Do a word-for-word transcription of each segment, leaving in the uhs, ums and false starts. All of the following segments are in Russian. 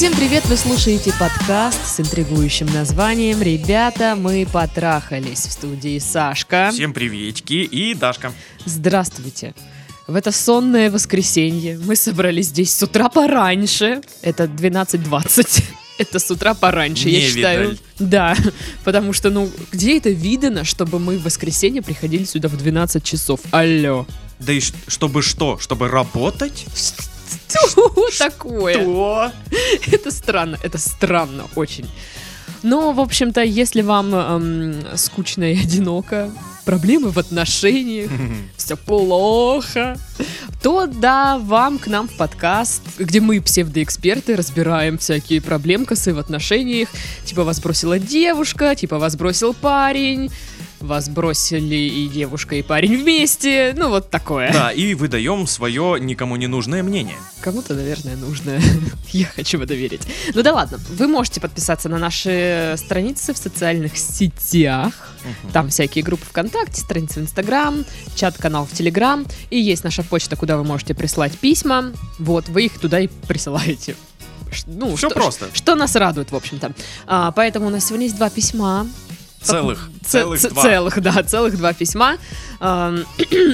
Всем привет! Вы слушаете подкаст с интригующим названием «Ребята, мы потрахались». В студии Сашка. Всем приветики и Дашка. Здравствуйте! В это сонное воскресенье мы собрались здесь с утра пораньше. Это двенадцать двадцать. Это с утра пораньше, Не я считаю. видаль. Да, потому что, ну, где это видано, чтобы мы в воскресенье приходили сюда в двенадцать часов? Алло. Да и ш- чтобы что? Чтобы работать? Что такое? Что? Это странно, это странно очень. Но, в общем-то, если вам эм, скучно и одиноко, проблемы в отношениях, все плохо, то да, вам к нам в подкаст, где мы, псевдоэксперты, разбираем всякие проблемкасы в отношениях. Типа вас бросила девушка, типа вас бросил парень, вас бросили и девушка, и парень вместе, ну вот такое. Да, и выдаем свое никому не нужное мнение. Кому-то, наверное, нужно. Я хочу в это верить. Ну да ладно, вы можете подписаться на наши страницы в социальных сетях. Мгм. Там всякие группы ВКонтакте, страницы в Инстаграм, чат-канал в Телеграм. И есть наша почта, куда вы можете прислать письма. Вот, вы их туда и присылаете. Ш- Ну, Всё что, просто. ш- Что нас радует, в общем-то. А, поэтому у нас сегодня есть два письма. Целых. Ц- Целых ц- два. Целых, да, целых два письма. Ам,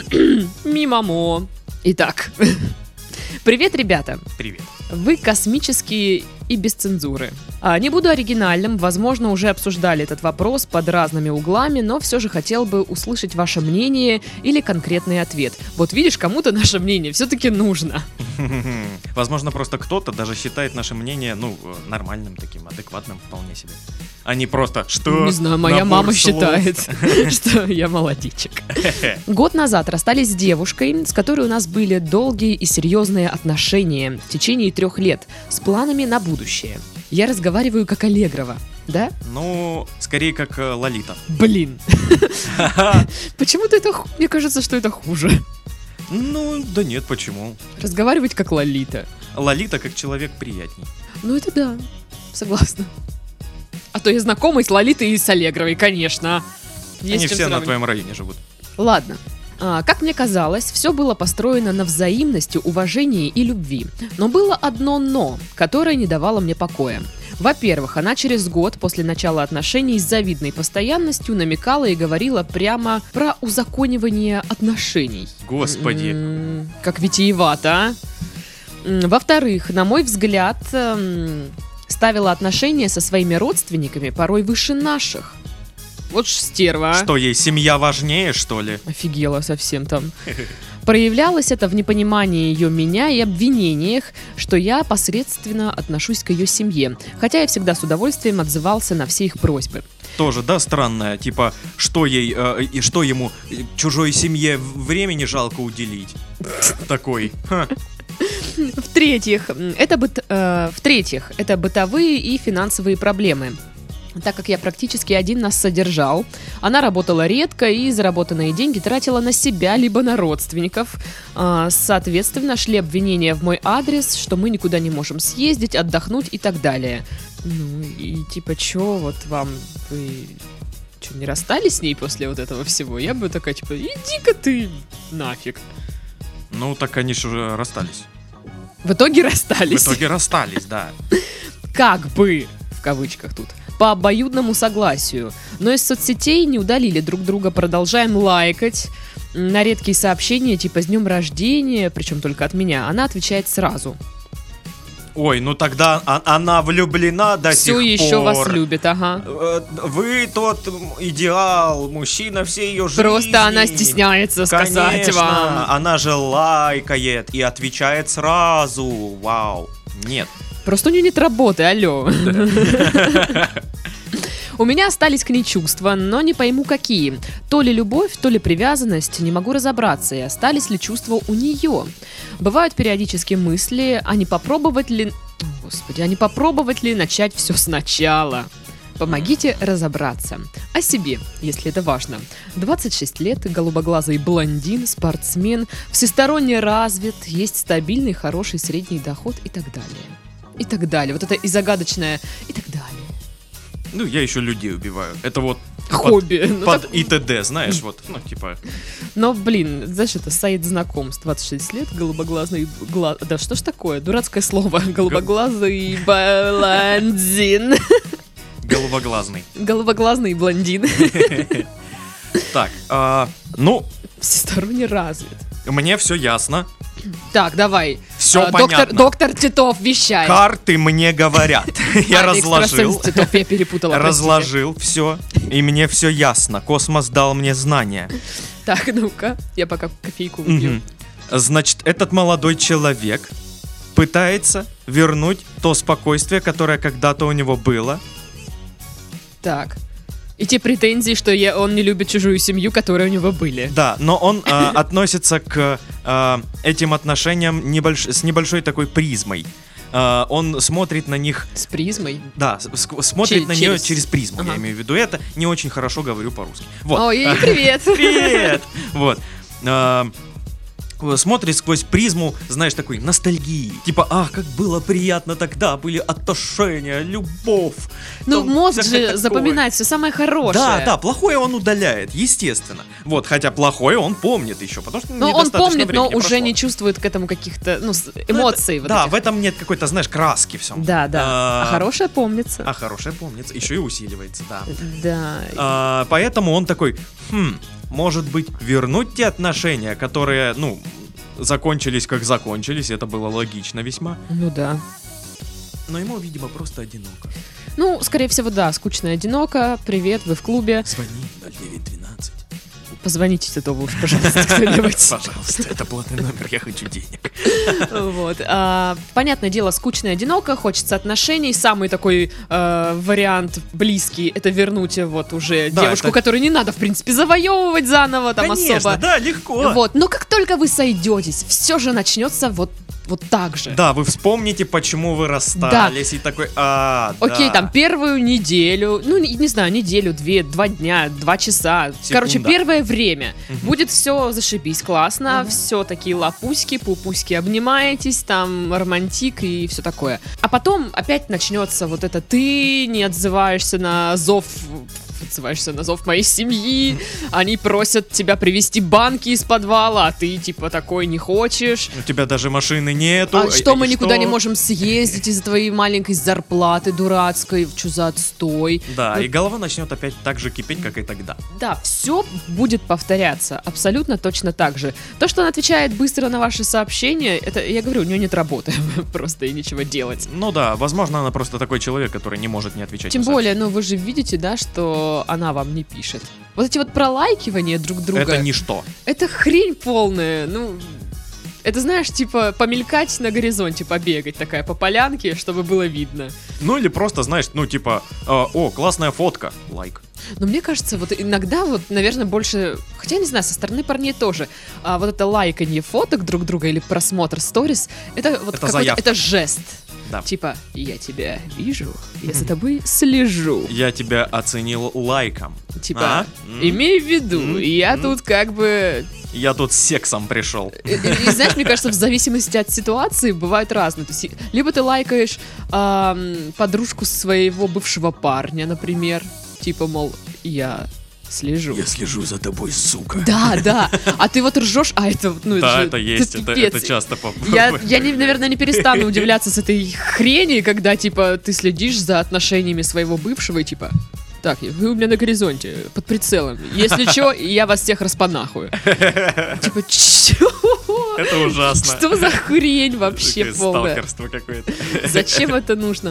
Мимамо. Итак. Привет, ребята. Привет. Вы космические и без цензуры. А, не буду оригинальным, возможно, уже обсуждали этот вопрос под разными углами, но все же хотел бы услышать ваше мнение или конкретный ответ. Вот видишь, кому-то наше мнение все-таки нужно. Возможно, просто кто-то даже считает наше мнение, ну, нормальным таким, адекватным вполне себе. А не просто, что... Не знаю, моя набор мама слов. считает, что я молодечек. Год назад расстались с девушкой, с которой у нас были долгие и серьезные отношения в течение трех лет, с планами на будущее. Я разговариваю как Аллегрова, да? Ну, скорее как э, Лолита. Блин. Почему-то это, ху- мне кажется, что это хуже. Ну, да нет, почему? Разговаривать как Лолита. Лолита как человек приятней. Ну это да, согласна. А то я знакомый с Лолитой и с Аллегровой, конечно. Есть Они чем все на сравнивать. твоем районе живут. Ладно. А, как мне казалось, все было построено на взаимности, уважении и любви. Но было одно «но», которое не давало мне покоя. Во-первых, она через год после начала отношений с завидной постоянностью намекала и говорила прямо про узаконивание отношений. Господи. М, Как витиевато, а? М, Во-вторых, на мой взгляд, эм, ставила отношения со своими родственниками порой выше наших. Вот ж стерва, а. Что, ей семья важнее, что ли? Офигела совсем там. Проявлялось это в непонимании ее меня и обвинениях, что я посредственно отношусь к ее семье, хотя я всегда с удовольствием отзывался на все их просьбы. Тоже, да, странная. Типа, что ей э, и что ему э, чужой семье в- времени жалко уделить? Такой. Ха. В-третьих, м, это быт- э, в-третьих, это бытовые и финансовые проблемы. Так как я практически один нас содержал, она работала редко и заработанные деньги тратила на себя, либо на родственников. А, соответственно, шли обвинения в мой адрес, что мы никуда не можем съездить, отдохнуть и так далее. Ну и типа, чё вот вам, вы чё, не расстались с ней после вот этого всего? Я бы такая, типа, иди-ка ты нафиг. Ну, так они же уже расстались. В итоге В расстались. итоге расстались, да. Как бы, в кавычках тут, по обоюдному согласию. Но из соцсетей не удалили друг друга, продолжаем лайкать. М, На редкие сообщения, типа «С днем рождения», причем только от меня, она отвечает сразу. Ой, ну тогда а- она влюблена до сих Все пор. еще вас любит, ага. Э, Вы тот м, идеал, мужчина всей ее жизни. Просто она стесняется сказать Конечно, вам. она же лайкает и отвечает сразу. Вау. Нет. Просто у нее нет работы, алло. У меня остались к ней чувства, но не пойму какие. То ли любовь, то ли привязанность, не могу разобраться, и остались ли чувства у нее. Бывают периодически мысли, а не попробовать ли... Господи, а не попробовать ли начать все сначала? Помогите разобраться. О себе, если это важно. двадцать шесть лет, голубоглазый блондин, спортсмен, всесторонне развит, есть стабильный, хороший средний доход и так далее. И так далее. Вот это и загадочное и так далее. Ну, я еще людей убиваю. Это вот хобби. Под, Ну, под так- И Т Д, знаешь, вот, ну, типа... Но, блин, знаешь, это сайт знакомств. двадцать шесть лет, голубоглазый... Гла... Да что ж такое? Дурацкое слово. Голубоглазый блондин. Головоглазный. Голубоглазный блондин. Так, а, ну, Всесторонне развит. мне все ясно. Так, давай. Все А, доктор, понятно. доктор Титов, вещай. Карты мне говорят. Я А, разложил. экстрасенс Титов, я перепутала. прости. Разложил все, и мне все ясно. Космос дал мне знания. Так, ну-ка, я пока кофейку выпью. Мгм. Значит, этот молодой человек пытается вернуть то спокойствие, которое когда-то у него было. Так. И те претензии, что я, он не любит чужую семью, которые у него были. Да, но он э, относится к э, этим отношениям небольш- с небольшой такой призмой. Э, он смотрит на них, С призмой. да, с- ск- смотрит Че- на нее через. через призму, я Ага. имею в виду это. Не очень хорошо говорю по-русски. Вот. Ой, и привет. Привет! Вот. А, Смотрит сквозь призму, знаешь, такой ностальгии. Типа, ах, как было приятно тогда, были отношения, любовь. Ну, там мозг всякое же такое. запоминает все самое хорошее. Да, да, плохое он удаляет, естественно. Вот, хотя плохое он помнит еще, потому что Но он недостаточно помнит, но времени уже прошло. не чувствует к этому каких-то, ну, с- Ну, это- эмоций. вот Да, этих. в этом нет какой-то, знаешь, краски в всем. Да, да. А, А, хорошее помнится. А хорошее помнится, еще и усиливается, да. Да. А, поэтому он такой, хм, может быть, вернуть те отношения, которые, ну, закончились как закончились, это было логично весьма. Ну да. Но ему, видимо, просто одиноко. Ну, скорее всего, да, скучно и одиноко. Привет, вы в клубе. Звони ноль девять двенадцать. Позвоните Титову уж, пожалуйста, кто-нибудь. Пожалуйста, это платный номер, я хочу денег. Вот. А, понятное дело, скучно и одиноко, хочется отношений. Самый такой э, вариант близкий — это вернуть вот уже Да, девушку, это- которую не надо, в принципе, завоевывать заново там Конечно, особо. да, легко. Вот. Но как только вы сойдетесь, все же начнется вот, вот так же. Да, вы вспомните, почему вы расстались, и такой, а, Окей, да. там первую неделю, ну не, не знаю, неделю, две, два дня, два часа. Короче, первое время Мгм. будет все зашибись, классно, Мгм. все такие лапуськи, пупуськи, обнимаетесь, там романтик и все такое. А потом опять начнется вот это: ты не отзываешься на зов, отзываешься на зов моей семьи, они просят тебя привезти банки из подвала, а ты типа такой не хочешь. У тебя даже машины нету. А что и мы никуда что? не можем съездить из-за твоей маленькой зарплаты дурацкой? Что за отстой? Да, Ну, и голова начнет опять так же кипеть, как и тогда. Да, все будет повторяться абсолютно точно так же. То, что он отвечает быстро на ваши сообщения, это, я говорю, у нее нет работы, просто и нечего делать. Ну да, возможно, она просто такой человек, который не может не отвечать. Тем на более, ну вы же видите, да, что она вам не пишет. Вот эти вот пролайкивания друг друга, Это ничто. это хрень полная, ну... Это, знаешь, типа помелькать на горизонте, побегать такая по полянке, чтобы было видно. Ну или просто, знаешь, ну типа, э, о, классная фотка, лайк. Но мне кажется, вот иногда вот, наверное, больше... Хотя, я не знаю, со стороны парней тоже. А вот это лайканье фоток друг друга или просмотр сторис, это вот Это какой-то... заявка. Это жест. Да. Типа, я тебя вижу, я за тобой слежу. Я тебя оценил лайком. Типа, А? М? имей в виду, М? я М? тут как бы... Я тут с сексом пришел. И, и- и знаешь, мне кажется, в зависимости от ситуации бывают разные. То есть, и- либо ты лайкаешь ам, подружку своего бывшего парня, например. Типа, мол, я слежу. слежу за тобой, сука. Да, да. А ты вот ржешь, а это, вот, ну, Да, же- это есть, это, пипец. это часто по... Я, я не- наверное, не перестану удивляться с этой хрени, когда, типа, ты следишь за отношениями своего бывшего и, типа, так, вы у меня на горизонте, под прицелом. Если что, я вас всех распанахую. Типа, чё? Это ужасно. Что за хрень вообще Такое полная? сталкерство какое-то. Зачем это нужно?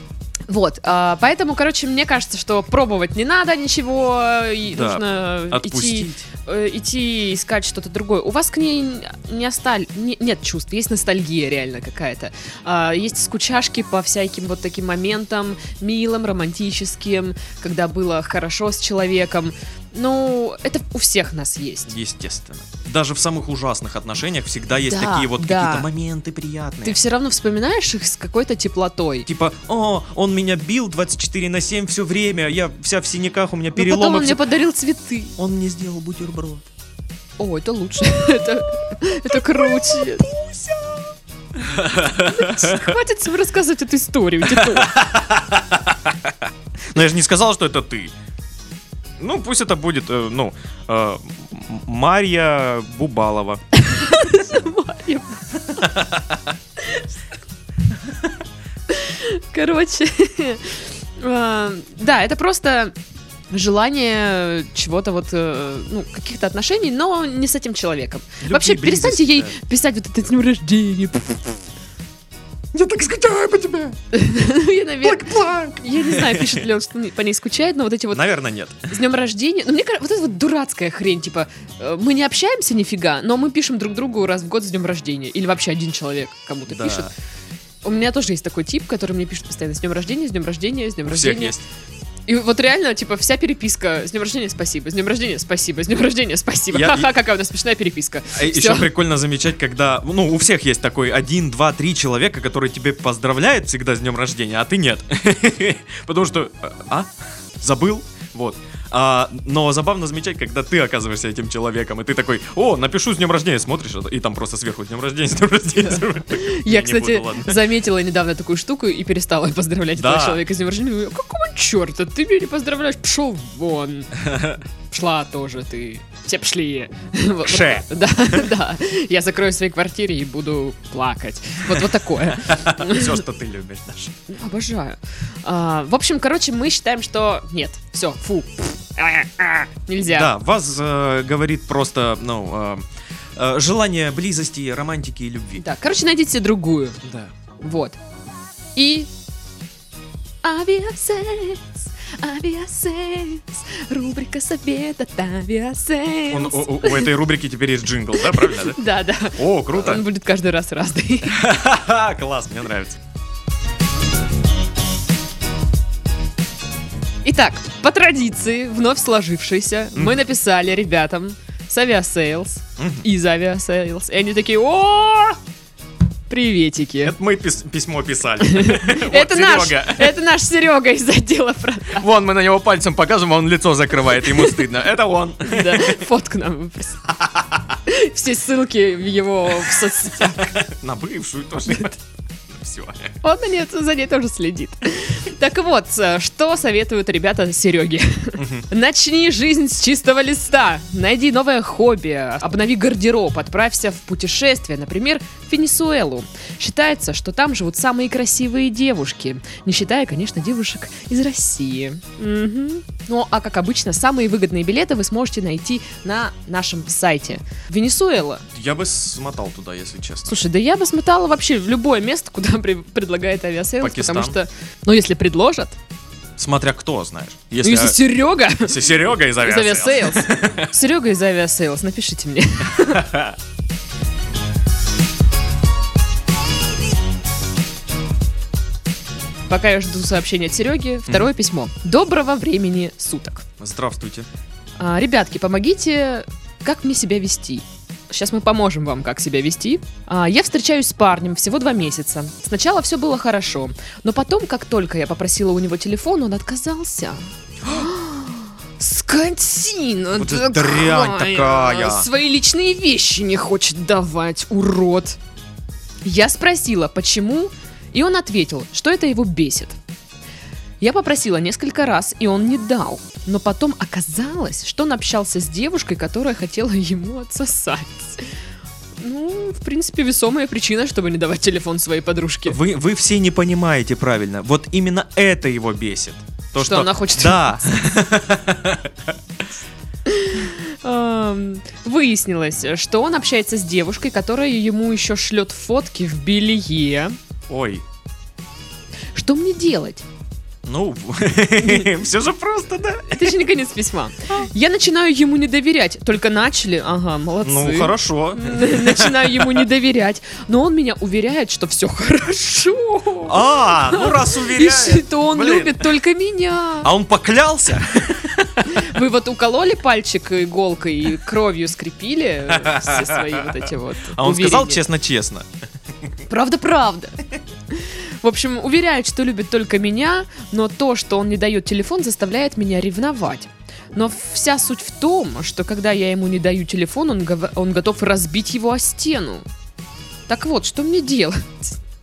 Вот, а, поэтому, короче, мне кажется, что пробовать не надо ничего, и Да, нужно идти, Отпустить. э, идти искать что-то другое. У вас к ней не осталь... не- нет чувств, есть ностальгия реально какая-то. А, есть скучашки по всяким вот таким моментам, милым, романтическим, когда было хорошо с человеком. Ну, это у всех нас есть. Естественно. Даже в самых ужасных отношениях всегда есть Да, такие вот да. какие-то моменты приятные. Ты все равно вспоминаешь их с какой-то теплотой. Типа, о, он меня бил двадцать четыре на семь все время, я вся в синяках, у меня Но потом переломы. он всё- мне подарил цветы. Он мне сделал бутерброд. О, это лучше. Это, это круче. Хватит всем рассказывать эту историю, Титов. Но я же не сказал, что это ты. Ну, пусть это будет, э, ну, э, Марья Бубалова. Марья. Короче, э, да, это просто желание чего-то вот, э, ну, каких-то отношений, но не с этим человеком. Любви, Вообще, близости, перестаньте ей да. писать вот это с днем рождения. Я так скучаю по тебе. Ну, я, наверное, Плак-плак. я не знаю, пишет ли он, что по ней скучает, но вот эти вот Наверное, нет. с днем рождения. Ну, мне кажется, вот это вот дурацкая хрень, типа, э, мы не общаемся нифига, но мы пишем друг другу раз в год с днем рождения. Или вообще один человек кому-то Да. пишет. У меня тоже есть такой тип, который мне пишет постоянно с днем рождения, с днем рождения, с днем У всех рождения. есть. И вот реально, типа, вся переписка с днем рождения спасибо, с днем рождения спасибо, с днем рождения спасибо. Я- Ха-ха, какая у нас смешная переписка. А Всё. еще прикольно замечать, когда, ну, у всех есть такой один, два, три человека, которые тебе поздравляют всегда с днем рождения, а ты нет. Потому что, а? Забыл? Вот. А, но забавно замечать, когда ты оказываешься этим человеком, и ты такой, о, напишу с днем рождения, смотришь, и там просто сверху с днем рождения, с днем рождения. с днем рождения. Я, не кстати, буду, ладно. заметила недавно такую штуку и перестала поздравлять Да. этого человека с днем рождения. Говорю, какого черта? Ты меня не поздравляешь? Пшел вон. Шла тоже ты. Все пшли. Вот- Ше. вот- Да, да. Я закрою в своей квартире и буду плакать. Вот, вот такое. Все, что ты любишь, Даша. Обожаю. А, в общем, короче, мы считаем, что нет. Все, фу. А, а, Нельзя. Да, вас э, говорит просто, ну, э, э, желание близости, романтики и любви. Да, короче, найдите себе другую. Да. Вот. И... Авиасекс, авиасекс, рубрика совет от авиасекс. Он- у, у- у этой рубрики теперь есть джингл, да, правильно? Да? Да, да. О, круто. Он будет каждый раз разный. Ха-ха, класс, мне нравится. Итак, по традиции, вновь сложившейся, Мгм. мы написали ребятам с авиасейлс, Мгм. из авиасейлс, и они такие: о, приветики. Это мы пис- письмо писали. Это Вот наш, Серега. это наш Серега из отдела продаж. Вон, мы на него пальцем показываем, а он лицо закрывает, ему стыдно. Это он. Да, фотку нам выпросил. Все ссылки в его в соцсетях. На бывшую тоже. Все. Он на ней, за ней тоже следит. Так вот, э, что советуют ребята Сереге? Начни жизнь с чистого листа. Найди новое хобби, обнови гардероб, отправься в путешествие, например, в Венесуэлу. Считается, что там живут самые красивые девушки, не считая, конечно, девушек из России. Мгм. Ну, а как обычно, самые выгодные билеты вы сможете найти на нашем сайте. Венесуэла. Я бы смотал туда, если честно. Слушай, да я бы смотала вообще в любое место, куда при- предлагает авиасейлс, Пакистан. потому что, ну, если предложат, Смотря кто, знаешь. ну, Если, если Серега если Серега из из авиасейлс. авиасейлс, Серега из авиасейлс, напишите мне. Пока я жду сообщения от Сереги, второе письмо. Доброго времени суток. Здравствуйте. А, ребятки, помогите, как мне себя вести. Сейчас мы поможем вам, как себя вести. А, я встречаюсь с парнем всего два месяца. Сначала все было хорошо, но потом, как только я попросила у него телефон, он отказался. Скотина Вот это дрянь такая. Свои личные вещи не хочет давать, урод. Я спросила, почему, и он ответил, что это его бесит. Я попросила несколько раз, и он не дал. Но потом оказалось, что он общался с девушкой, которая хотела ему отсосать. Ну, в принципе, весомая причина, чтобы не давать телефон своей подружке. Вы, вы все не понимаете правильно. Вот именно это его бесит. То, Что она хочет Да. Эм, Выяснилось, что он общается с девушкой, которая ему еще шлет фотки в белье. Ой. Что мне делать? Ну, все же просто, да? Это еще не конец письма. Я начинаю ему не доверять. Только начали, ага, молодцы. Ну, хорошо. Начинаю ему не доверять. Но он меня уверяет, что все хорошо. А, ну раз И уверяет. что он Блин. любит только меня. А он поклялся? Вы вот укололи пальчик иголкой и кровью скрепили все свои вот эти вот А он сказал уверения? честно-честно. Правда-правда. В общем, уверяет, что любит только меня, но то, что он не дает телефон, заставляет меня ревновать. Но вся суть в том, что когда я ему не даю телефон, он, гов- он готов разбить его о стену. Так вот, что мне делать?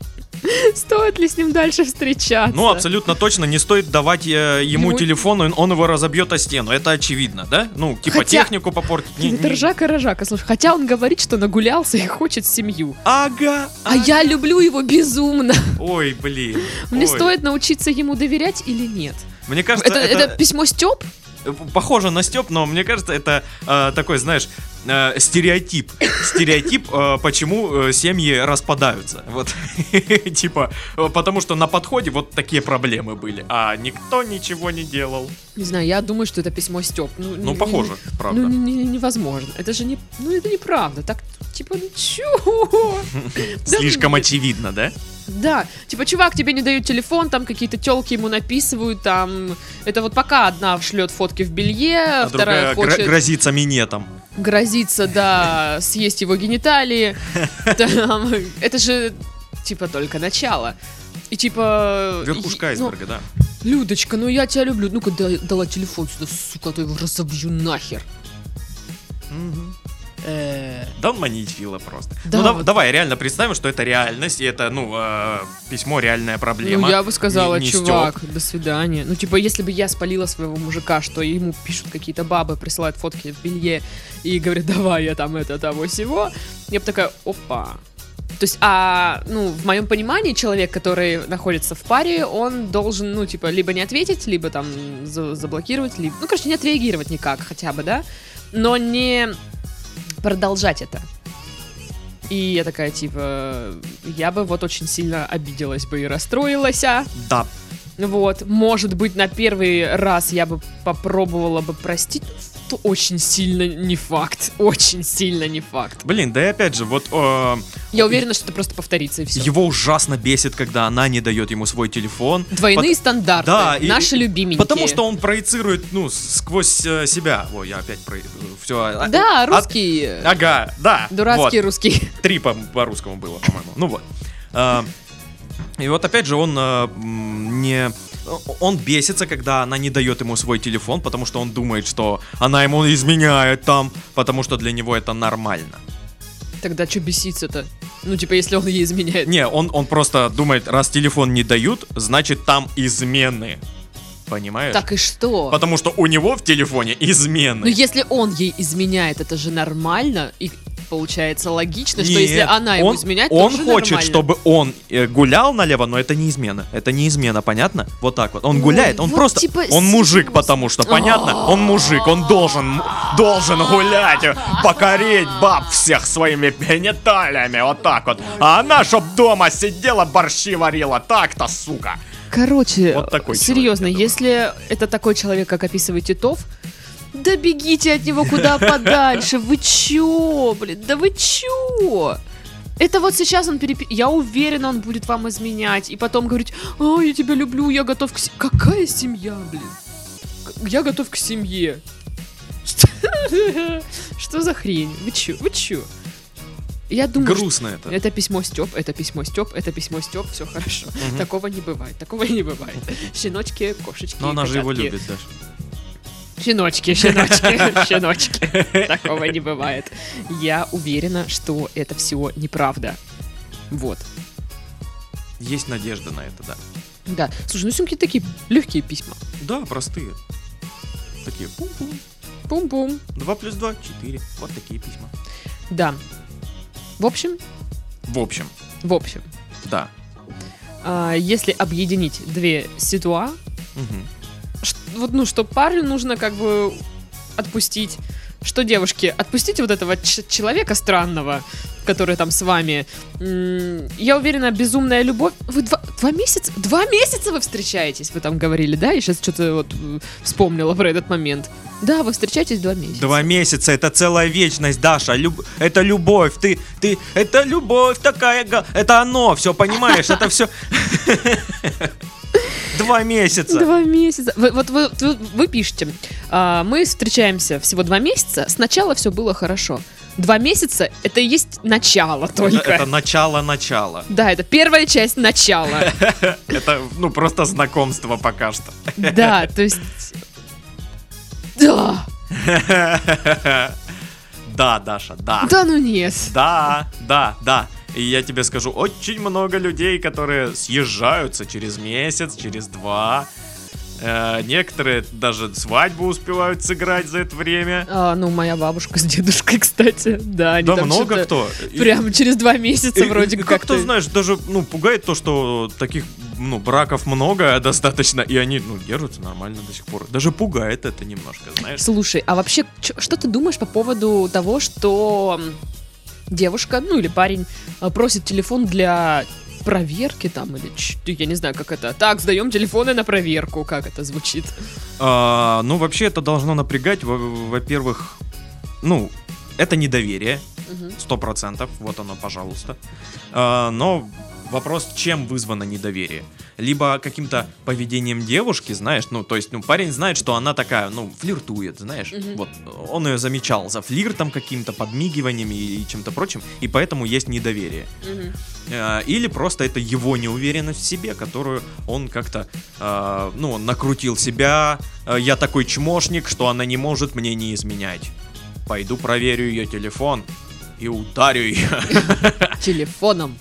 Стоит ли с ним дальше встречаться? Ну, абсолютно точно не стоит давать э, ему, Ему- телефон, он, он его разобьет о стену. Это очевидно, да? Ну, типа Хотя- технику попортить. Не- Это не- ржака-ржака, слушай. Хотя он говорит, что нагулялся и хочет семью. Ага. А я люблю его безумно. Ой, блин. Мне ой. стоит научиться ему доверять или нет? Мне кажется, Это, это, это письмо Степ? похоже на Степ, но мне кажется, это э, такой, знаешь, э, стереотип. Стереотип, э, почему э, семьи распадаются. Вот. Типа, э, потому что на подходе вот такие проблемы были, а никто ничего не делал. Не знаю, я думаю, что это письмо Степ. Ну, Ну, не- похоже, не- правда. Ну, не- не- невозможно. Это же не... Ну, это неправда. Так, типа, ну чё? Да Слишком блин. очевидно, да? Да, типа, чувак тебе не дают телефон, там какие-то телки ему написывают, там... Это вот пока одна шлет фотки в белье, А вторая другая гро- хочет... грозится минетом. грозится, да, съесть его гениталии. Там, это же, типа, только начало. И типа... Верхушка и- ну, айсберга, да. Людочка, ну я тебя люблю. Ну-ка, дай- дала телефон сюда, сука, а то его разобью нахер. Мгм. Э, Да он манить Фила просто. Да, ну да- вот. давай реально представим, что это реальность, и это, ну, э, письмо реальная проблема. Ну, я бы сказала, Не- не чувак, до свидания. Ну, типа, если бы я спалила своего мужика, что ему пишут какие-то бабы, присылают фотки в белье и говорят, давай я там это, того, сего, я бы такая, опа. То есть, а, ну, в моем понимании, человек, который находится в паре, он должен, ну, типа, либо не ответить, либо там за- заблокировать, либо, ну, короче, не отреагировать никак хотя бы, да, но не продолжать это. И я такая, типа, я бы вот очень сильно обиделась бы и расстроилась, а. Да. Вот, может быть, на первый раз я бы попробовала бы простить, то очень сильно не факт, очень сильно не факт. Блин, да и опять же, вот э, Я уверена, что это просто повторится и все. его ужасно бесит, когда она не дает ему свой телефон. Двойные Пот- стандарты, Да, и- наши и- любименькие. Потому что он проецирует, ну, сквозь э, себя. Ой, я опять про... Все. Да, русский, Ага, да. дурацкий вот. русский. Три по- по-русскому было, по-моему. Ну вот. А, И вот опять же он а, м, не... Он бесится, когда она не дает ему свой телефон, потому что он думает, что она ему изменяет там, потому что для него это нормально. Тогда что беситься-то? Ну, типа, если он ей изменяет. Не, он, он просто думает, раз телефон не дают, значит там измены. Понимаешь? Так и что? Потому что у него в телефоне измены. Ну, если он ей изменяет, это же нормально. И получается логично, что Нет, если она ему он, изменяет, он тоже хочет, нормально. чтобы он э, гулял налево, но это не измена. Это не измена, понятно? Вот так вот. Он Ой, гуляет, он вот просто... типа он мужик, серьезно. потому что, понятно? Он мужик, он должен, должен гулять, э, покорить баб всех своими гениталиями, вот так вот. А она, чтоб дома сидела, борщи варила, так-то, сука. Короче, Вот такой серьезно, человек, я если это такой человек, как описывает Титов, да бегите от него куда подальше. Вы чё, блин, да вы чё? Это вот сейчас он перепи... Я уверена, он будет вам изменять. И потом говорить, а, я тебя люблю, я готов к... се-». Какая семья, блин? К- Я готов к семье. Что, Что за хрень? Вы чё, вы чё? Я думаю, что Грустно это. это письмо Степ, это письмо Степ, это письмо Степ, все хорошо. Мгм. Такого не бывает, такого не бывает. Щеночки, кошечки, Но она же его котятки. любит, Даш. Щеночки, щеночки, щеночки. Такого не бывает. Я уверена, что это все неправда. Вот. Есть надежда на это, да. Да. Слушай, ну все-таки такие легкие письма. Да, простые. Такие пум-пум. Пум-пум. Два плюс два, четыре. Вот такие письма. Да. В общем, В общем, в общем, да. а, если объединить две ситуа, Мгм. ш- вот, ну, что парню нужно как бы отпустить, что девушке отпустите вот этого ч- человека странного, который там с вами. М, Я уверена, безумная любовь. Вы два, два месяца? Два месяца вы встречаетесь, вы там говорили, да? Я сейчас что-то вот э, вспомнила про этот момент. Да, вы встречаетесь два месяца. Два месяца, это целая вечность, Даша. Люб... Это любовь. Ты, ты, это любовь такая. га- Это оно, все понимаешь? Это все. Два месяца. Два месяца. Вы- вот вы, вы, вы пишете, а, мы встречаемся всего два месяца, сначала все было хорошо. Два месяца — это и есть начало Это, только. это начало-начало. Да, это первая часть начала. Это, ну, просто знакомство пока что. Да, то есть... Да, Да, Даша, да. да ну нет. Да, да, да. И я тебе скажу, очень много людей, которые съезжаются через месяц, через два. Э, некоторые даже свадьбу успевают сыграть за это время. А, ну, моя бабушка с дедушкой, кстати. Да, они Да там много что-то кто. Прямо через два месяца И- вроде и как. Как ты знаешь, даже ну, пугает то, что таких ну, браков много достаточно, и они ну, держатся нормально до сих пор. Даже пугает это немножко, знаешь. Слушай, а вообще, чё- что ты думаешь по поводу того, что м, девушка, ну или парень, а, просит телефон для проверки там, или ч- я не знаю, как это. Так, сдаем телефоны на проверку, как это звучит. А, ну, вообще это должно напрягать, во- во-первых, ну, это недоверие, Мгм. сто процентов, вот оно, пожалуйста. А, но вопрос, чем вызвано недоверие? Либо каким-то поведением девушки, знаешь, ну, то есть, ну, парень знает, что она такая, ну, флиртует, знаешь, Мгм. вот, он ее замечал за флиртом каким-то, подмигиваниями и чем-то прочим, и поэтому есть недоверие. Мгм. Э, Или просто это его неуверенность в себе, которую он как-то, э, ну, он накрутил себя. э, Я такой чмошник, что она не может мне не изменять. Пойду проверю ее телефон и ударю ее. Телефоном.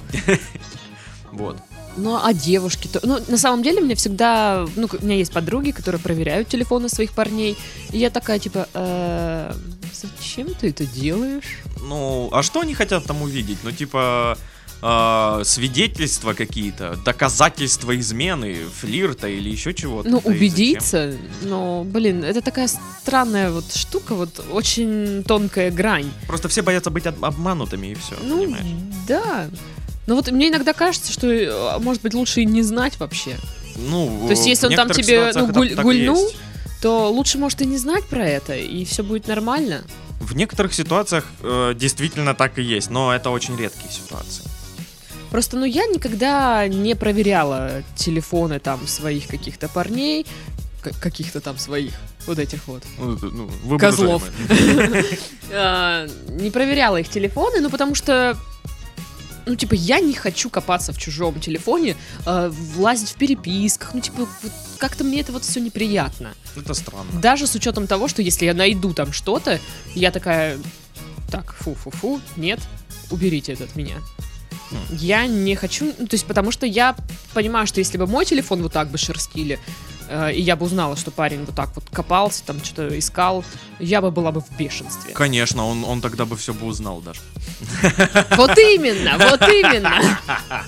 Вот. Ну, а девушки то. Ну, на самом деле, мне всегда. Ну, к- у меня есть подруги, которые проверяют телефоны своих парней. И я такая, типа, «Э, зачем ты это делаешь? Ну, а что они хотят там увидеть? Ну, типа, э, свидетельства какие-то, доказательства измены, флирта или еще чего-то. Ну, Да и зачем? убедиться. Но, блин, это такая странная вот штука, вот очень тонкая грань. Просто все боятся быть об- обманутыми и все, Ну, понимаешь? да. Но вот мне иногда кажется, что, э, может быть, лучше и не знать вообще. Ну, То есть, в если он там некоторых тебе, ситуациях ну, это гуль- так и гульнул, есть. то лучше, может, и не знать про это, и все будет нормально. В некоторых ситуациях э, действительно так и есть, но это очень редкие ситуации. Просто, ну, я никогда не проверяла телефоны там своих каких-то парней, к- каких-то там своих, вот этих вот, Ну, это, ну, вы Козлов. уважаемые. А, не проверяла их телефоны, ну, потому что, ну, типа, я не хочу копаться в чужом телефоне, а, влазить в переписках, ну, типа, вот как-то мне это вот все неприятно. Это странно. Даже с учетом того, что если я найду там что-то, я такая, так, фу-фу-фу, нет, уберите это от меня. Хм. Я не хочу, ну, то есть потому что я понимаю, что если бы мой телефон вот так бы шерстили, э, и я бы узнала, что парень вот так вот копался, там что-то искал, я бы была бы в бешенстве. Конечно, он, он тогда бы все бы узнал даже. Вот именно, вот именно.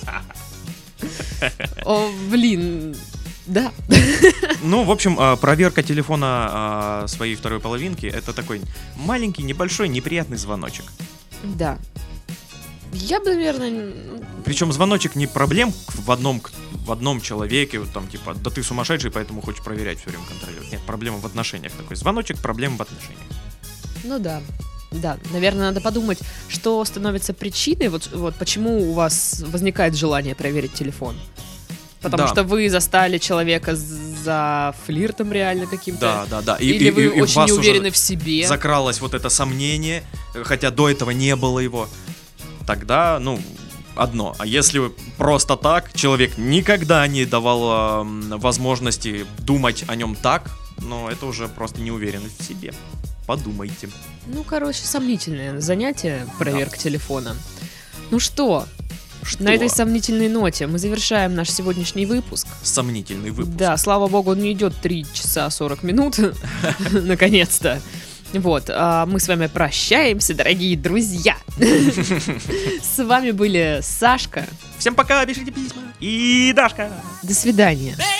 О, блин, да. Ну, в общем, э, проверка телефона э, своей второй половинки — это такой маленький, небольшой, неприятный звоночек. Да. Я бы, наверное, н- Причем звоночек не проблем в одном, в одном человеке, вот там типа, да ты сумасшедший, поэтому хочешь проверять все время, контролировать. Нет, проблема в отношениях такой. Звоночек, проблема в отношениях. ну да. Да, наверное, надо подумать, что становится причиной, вот, вот почему у вас возникает желание проверить телефон. Потому Да. что вы застали человека за флиртом реально каким-то. Да, да, да. И, Или и- вы и- и в очень вас не уже уверены в себе. закралось вот это сомнение, э, хотя до этого не было его. Тогда, ну, одно. А если просто так, человек никогда не давал эм, возможности думать о нем так, ну, это уже просто неуверенность в себе. Подумайте. Ну, короче, сомнительное занятие, проверка телефона. Ну что, Что? на этой сомнительной ноте мы завершаем наш сегодняшний выпуск. Сомнительный выпуск. Да, слава богу, он не идет три часа сорок минут. Наконец-то. Вот, а мы с вами прощаемся, дорогие друзья. С вами были Сашка. Всем пока, пишите письма. И Дашка. До свидания. Baby,